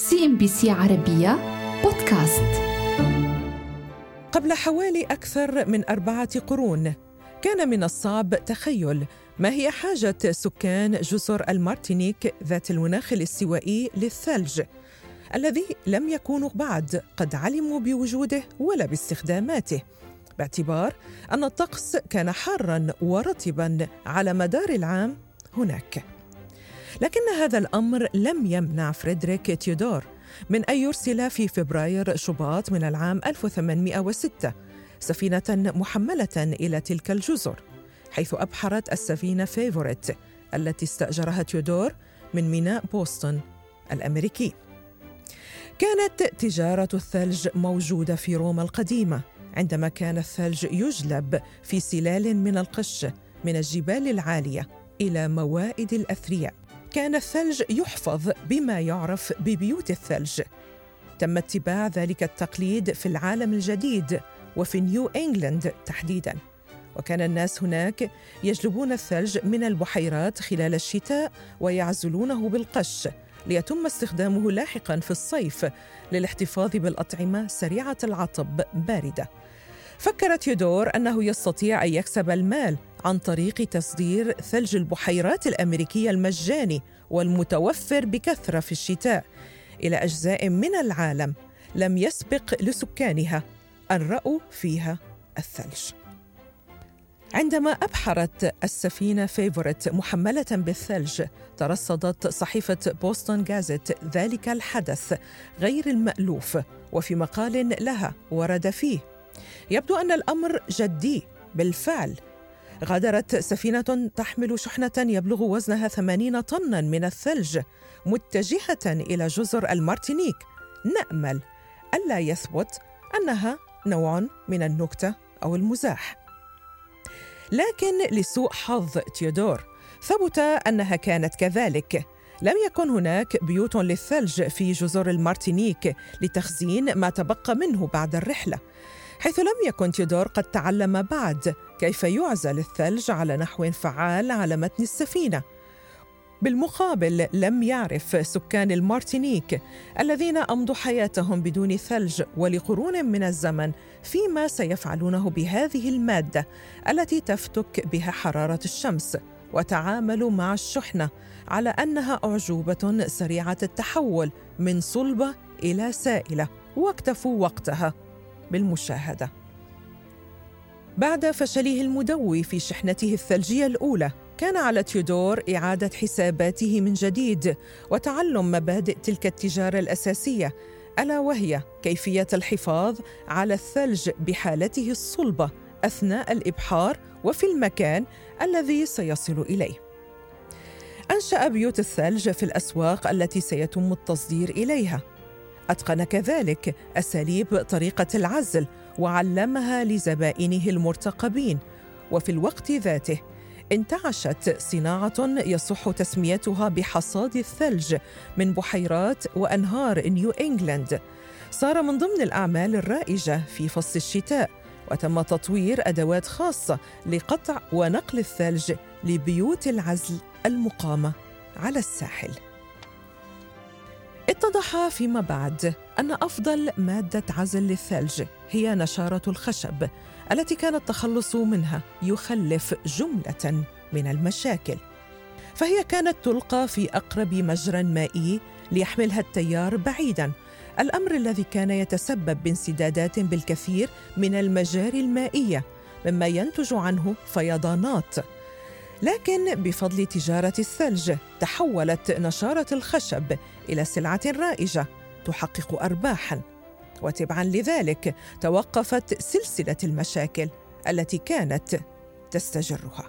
CNBC عربية بودكاست. قبل حوالي أكثر من 4 قرون كان من الصعب تخيل ما هي حاجة سكان جزر المارتينيك ذات المناخ الاستوائي للثلج الذي لم يكونوا بعد قد علموا بوجوده ولا باستخداماته، باعتبار أن الطقس كان حاراً ورطباً على مدار العام هناك. لكن هذا الأمر لم يمنع فريدريك تيودور من أن يرسل في فبراير شباط من العام 1806 سفينة محملة إلى تلك الجزر، حيث أبحرت السفينة فيفوريت التي استأجرها تيودور من ميناء بوسطن الأمريكي. كانت تجارة الثلج موجودة في روما القديمة، عندما كان الثلج يجلب في سلال من القش من الجبال العالية إلى موائد الأثرياء. كان الثلج يحفظ بما يعرف ببيوت الثلج. تم اتباع ذلك التقليد في العالم الجديد وفي نيو إنجلاند تحديداً، وكان الناس هناك يجلبون الثلج من البحيرات خلال الشتاء ويعزلونه بالقش ليتم استخدامه لاحقاً في الصيف للاحتفاظ بالأطعمة سريعة العطب باردة. فكر تيودور أنه يستطيع أن يكسب المال عن طريق تصدير ثلج البحيرات الأمريكية المجاني والمتوفر بكثرة في الشتاء إلى أجزاء من العالم لم يسبق لسكانها أن رأوا فيها الثلج. عندما أبحرت السفينة فيفوريت محملة بالثلج، ترصدت صحيفة بوسطن جازيت ذلك الحدث غير المألوف، وفي مقال لها ورد فيه: يبدو أن الأمر جدي بالفعل. غادرت سفينة تحمل شحنة يبلغ وزنها 80 طناً من الثلج متجهة إلى جزر المارتينيك. نأمل ألا يثبت أنها نوع من النكتة أو المزاح. لكن لسوء حظ تيودور ثبت أنها كانت كذلك. لم يكن هناك بيوت للثلج في جزر المارتينيك لتخزين ما تبقى منه بعد الرحلة، حيث لم يكن تيودور قد تعلم بعد كيف يعزل الثلج على نحو فعال على متن السفينة. بالمقابل، لم يعرف سكان المارتينيك الذين أمضوا حياتهم بدون ثلج ولقرون من الزمن فيما سيفعلونه بهذه المادة التي تفتك بها حرارة الشمس، وتعاملوا مع الشحنة على أنها أعجوبة سريعة التحول من صلبة إلى سائلة، واكتفوا وقتها بالمشاهدة. بعد فشله المدوي في شحنته الثلجية الأولى، كان على تيودور إعادة حساباته من جديد وتعلم مبادئ تلك التجارة الأساسية، ألا وهي كيفية الحفاظ على الثلج بحالته الصلبة أثناء الإبحار وفي المكان الذي سيصل إليه. أنشأ بيوت الثلج في الأسواق التي سيتم التصدير إليها. أتقن كذلك أساليب طريقة العزل وعلمها لزبائنه المرتقبين. وفي الوقت ذاته انتعشت صناعة يصح تسميتها بحصاد الثلج من بحيرات وأنهار نيو إنجلاند. صار من ضمن الأعمال الرائجة في فصل الشتاء، وتم تطوير أدوات خاصة لقطع ونقل الثلج لبيوت العزل المقامة على الساحل. اتضح فيما بعد أن أفضل مادة عزل للثلج هي نشارة الخشب التي كان التخلص منها يخلف جملة من المشاكل، فهي كانت تلقى في أقرب مجرى مائي ليحملها التيار بعيداً، الأمر الذي كان يتسبب بانسدادات بالكثير من المجاري المائية مما ينتج عنه فيضانات. لكن بفضل تجارة الثلج تحولت نشارة الخشب إلى سلعة رائجة تحقق أرباحاً، وتبعاً لذلك توقفت سلسلة المشاكل التي كانت تستجرها.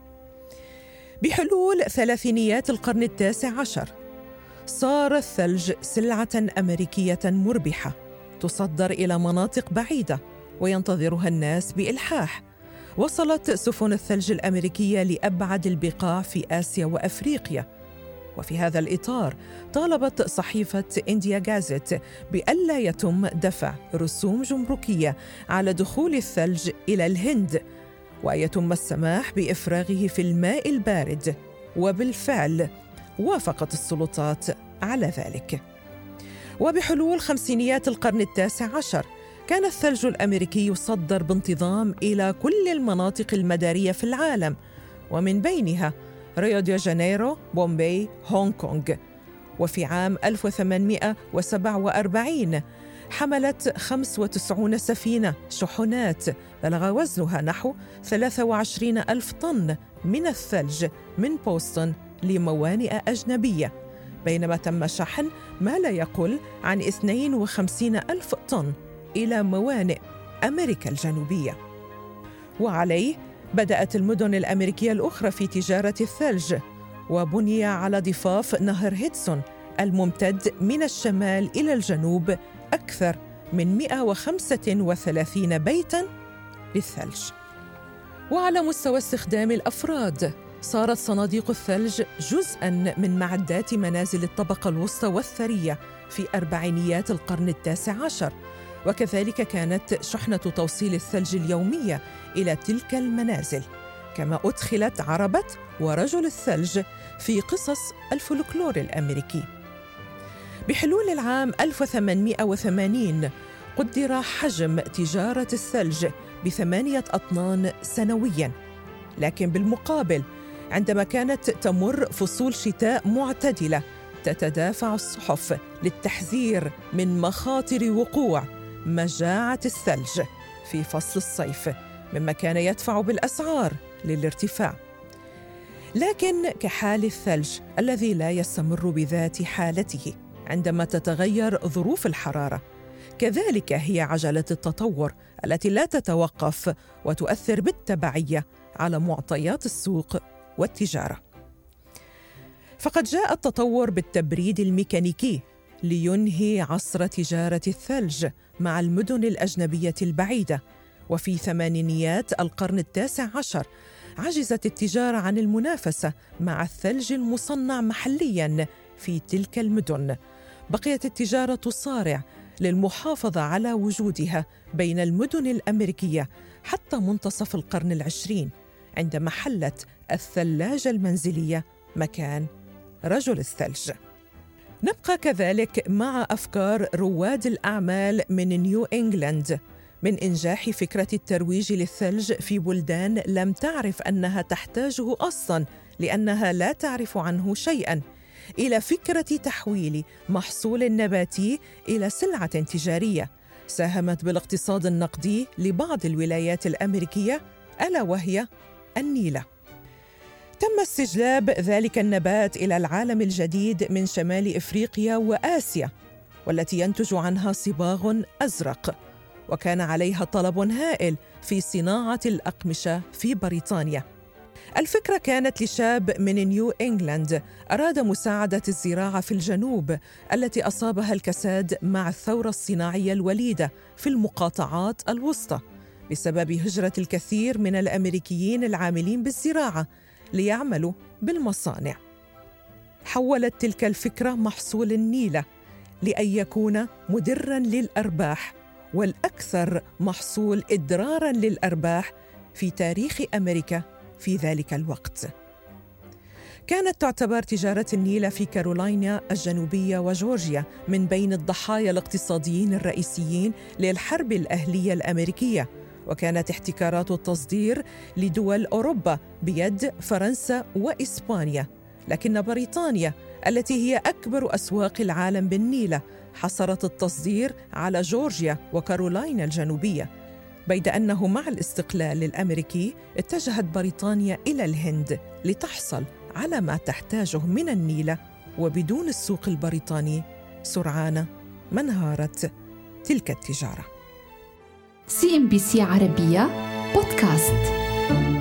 بحلول ثلاثينيات القرن 19 صار الثلج سلعة أمريكية مربحة تصدر إلى مناطق بعيدة وينتظرها الناس بإلحاح. وصلت سفن الثلج الأمريكية لأبعد البقاع في آسيا وأفريقيا. وفي هذا الإطار طالبت صحيفة إنديا جازيت بألا يتم دفع رسوم جمركية على دخول الثلج إلى الهند، ويتم السماح بإفراغه في الماء البارد. وبالفعل وافقت السلطات على ذلك. وبحلول خمسينيات القرن التاسع عشر كان الثلج الأمريكي يصدر بانتظام إلى كل المناطق المدارية في العالم، ومن بينها ريو دي جانيرو، بومباي، هونغ كونغ. وفي عام 1847 حملت 95 سفينة شحنات بلغ وزنها نحو 23 ألف طن من الثلج من بوسطن لموانئ أجنبية، بينما تم شحن ما لا يقل عن 52 ألف طن إلى موانئ أمريكا الجنوبية. وعليه بدأت المدن الأمريكية الأخرى في تجارة الثلج، وبني على ضفاف نهر هيدسون الممتد من الشمال إلى الجنوب أكثر من 135 بيتاً للثلج. وعلى مستوى استخدام الأفراد، صارت صناديق الثلج جزءاً من معدات منازل الطبقة الوسطى والثرية في أربعينيات القرن التاسع عشر، وكذلك كانت شحنة توصيل الثلج اليومية إلى تلك المنازل، كما أدخلت عربة ورجل الثلج في قصص الفولكلور الأمريكي. بحلول العام 1880 قدر حجم تجارة الثلج ب8 أطنان سنوياً، لكن بالمقابل عندما كانت تمر فصول شتاء معتدلة تتدافع الصحف للتحذير من مخاطر وقوع مجاعة الثلج في فصل الصيف، مما كان يدفع بالأسعار للارتفاع. لكن كحال الثلج الذي لا يستمر بذات حالته عندما تتغير ظروف الحرارة، كذلك هي عجلة التطور التي لا تتوقف وتؤثر بالتبعية على معطيات السوق والتجارة. فقد جاء التطور بالتبريد الميكانيكي لينهي عصر تجارة الثلج مع المدن الأجنبية البعيدة، وفي ثمانينيات القرن التاسع عشر عجزت التجارة عن المنافسة مع الثلج المصنع محلياً في تلك المدن. بقيت التجارة تصارع للمحافظة على وجودها بين المدن الأمريكية حتى منتصف القرن العشرين، عندما حلت الثلاجة المنزلية مكان رجل الثلج. نبقى كذلك مع أفكار رواد الأعمال من نيو إنجلاند من إنجاح فكرة الترويج للثلج في بلدان لم تعرف أنها تحتاجه أصلاً لأنها لا تعرف عنه شيئاً، إلى فكرة تحويل محصول نباتي إلى سلعة تجارية ساهمت بالاقتصاد النقدي لبعض الولايات الأمريكية، ألا وهي النيلة. تم استجلاب ذلك النبات إلى العالم الجديد من شمال إفريقيا وآسيا، والتي ينتج عنها صباغ أزرق، وكان عليها طلب هائل في صناعة الأقمشة في بريطانيا. الفكرة كانت لشاب من نيو إنجلاند أراد مساعدة الزراعة في الجنوب التي أصابها الكساد مع الثورة الصناعية الوليدة في المقاطعات الوسطى بسبب هجرة الكثير من الأمريكيين العاملين بالزراعة ليعملوا بالمصانع. حولت تلك الفكرة محصول النيلة لأن يكون مدراً للأرباح والأكثر محصول إدراراً للأرباح في تاريخ أمريكا في ذلك الوقت. كانت تعتبر تجارة النيلة في كارولاينا الجنوبية وجورجيا من بين الضحايا الاقتصاديين الرئيسيين للحرب الأهلية الأمريكية، وكانت احتكارات التصدير لدول أوروبا بيد فرنسا وإسبانيا، لكن بريطانيا التي هي أكبر أسواق العالم بالنيلة حصرت التصدير على جورجيا وكارولاينا الجنوبية، بيد أنه مع الاستقلال الأمريكي اتجهت بريطانيا إلى الهند لتحصل على ما تحتاجه من النيلة، وبدون السوق البريطاني سرعان ما انهارت تلك التجارة. CNBC عربية بودكاست.